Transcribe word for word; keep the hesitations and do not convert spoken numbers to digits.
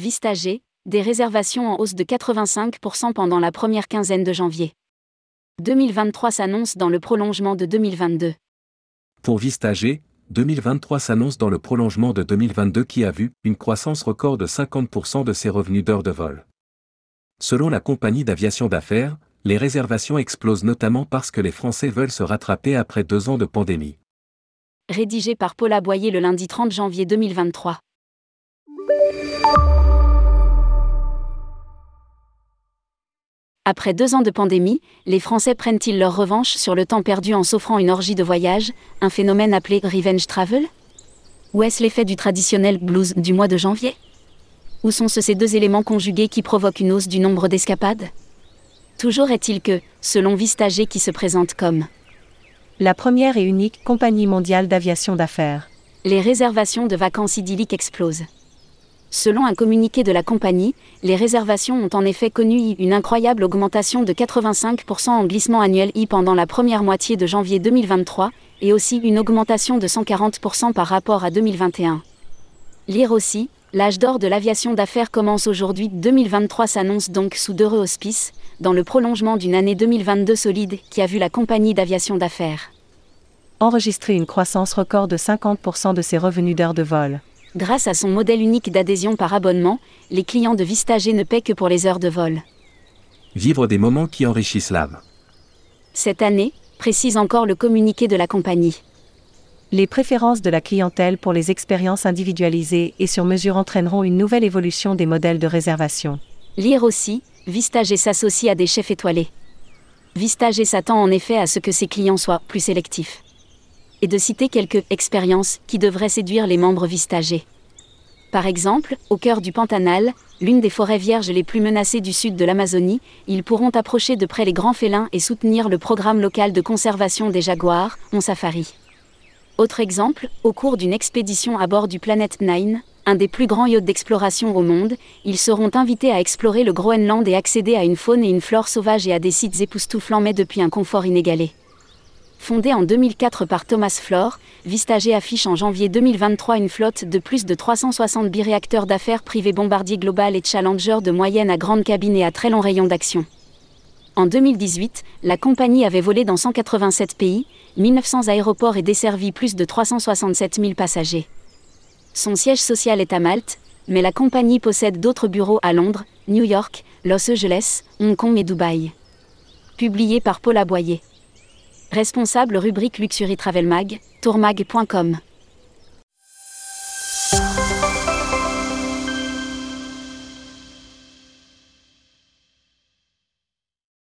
Vistager, des réservations en hausse de quatre-vingt-cinq pour cent pendant la première quinzaine de janvier. deux mille vingt-trois s'annonce dans le prolongement de deux mille vingt-deux. Pour Vistager, deux mille vingt-trois s'annonce dans le prolongement de deux mille vingt-deux qui a vu une croissance record de cinquante pour cent de ses revenus d'heures de vol. Selon la compagnie d'aviation d'affaires, les réservations explosent notamment parce que les Français veulent se rattraper après deux ans de pandémie. Rédigé par Paula Boyer le lundi trente janvier deux mille vingt-trois. Après deux ans de pandémie, les Français prennent-ils leur revanche sur le temps perdu en s'offrant une orgie de voyage, un phénomène appelé « revenge travel » ? Ou est-ce l'effet du traditionnel blues du mois de janvier ? Ou sont-ce ces deux éléments conjugués qui provoquent une hausse du nombre d'escapades ? Toujours est-il que, selon Vistager qui se présente comme la première et unique compagnie mondiale d'aviation d'affaires, les réservations de vacances idylliques explosent. Selon un communiqué de la compagnie, les réservations ont en effet connu une incroyable augmentation de quatre-vingt-cinq pour cent en glissement annuel I pendant la première moitié de janvier deux mille vingt-trois, et aussi une augmentation de cent quarante pour cent par rapport à deux mille vingt et un. Lire aussi, l'âge d'or de l'aviation d'affaires commence aujourd'hui. deux mille vingt-trois s'annonce donc sous d'heureux auspices, dans le prolongement d'une année deux mille vingt-deux solide qui a vu la compagnie d'aviation d'affaires enregistrer une croissance record de cinquante pour cent de ses revenus d'heures de vol. Grâce à son modèle unique d'adhésion par abonnement, les clients de Vistager ne paient que pour les heures de vol. Vivre des moments qui enrichissent l'âme. Cette année, précise encore le communiqué de la compagnie. Les préférences de la clientèle pour les expériences individualisées et sur mesure entraîneront une nouvelle évolution des modèles de réservation. Lire aussi, Vistager s'associe à des chefs étoilés. Vistager s'attend en effet à ce que ses clients soient plus sélectifs. Et de citer quelques expériences qui devraient séduire les membres Vistager. Par exemple, au cœur du Pantanal, l'une des forêts vierges les plus menacées du sud de l'Amazonie, ils pourront approcher de près les grands félins et soutenir le programme local de conservation des jaguars, On Safari. Autre exemple, au cours d'une expédition à bord du Planet Nine, un des plus grands yachts d'exploration au monde, ils seront invités à explorer le Groenland et accéder à une faune et une flore sauvages et à des sites époustouflants mais depuis un confort inégalé. Fondé en deux mille quatre par Thomas Flor, Vistager affiche en janvier deux mille vingt-trois une flotte de plus de trois cent soixante biréacteurs d'affaires privés Bombardier Global et Challenger de moyenne à grande cabine et à très long rayon d'action. En deux mille dix-huit, la compagnie avait volé dans cent quatre-vingt-sept pays, mille neuf cents aéroports et desservi plus de trois cent soixante-sept mille passagers. Son siège social est à Malte, mais la compagnie possède d'autres bureaux à Londres, New York, Los Angeles, Hong Kong et Dubaï. Publié par Paula Boyer. Responsable rubrique Luxury Travel Mag, tourmag point com.